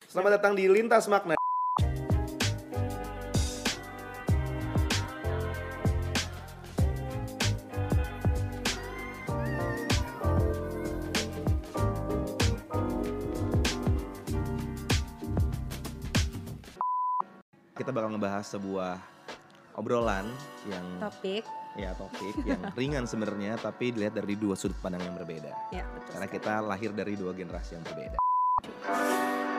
Selamat datang di Lintas Makna. Kita bakal ngebahas sebuah obrolan yang topik yang ringan sebenarnya, tapi dilihat dari dua sudut pandang yang berbeda. ya, betul Karena sekali. kita lahir dari dua generasi yang berbeda.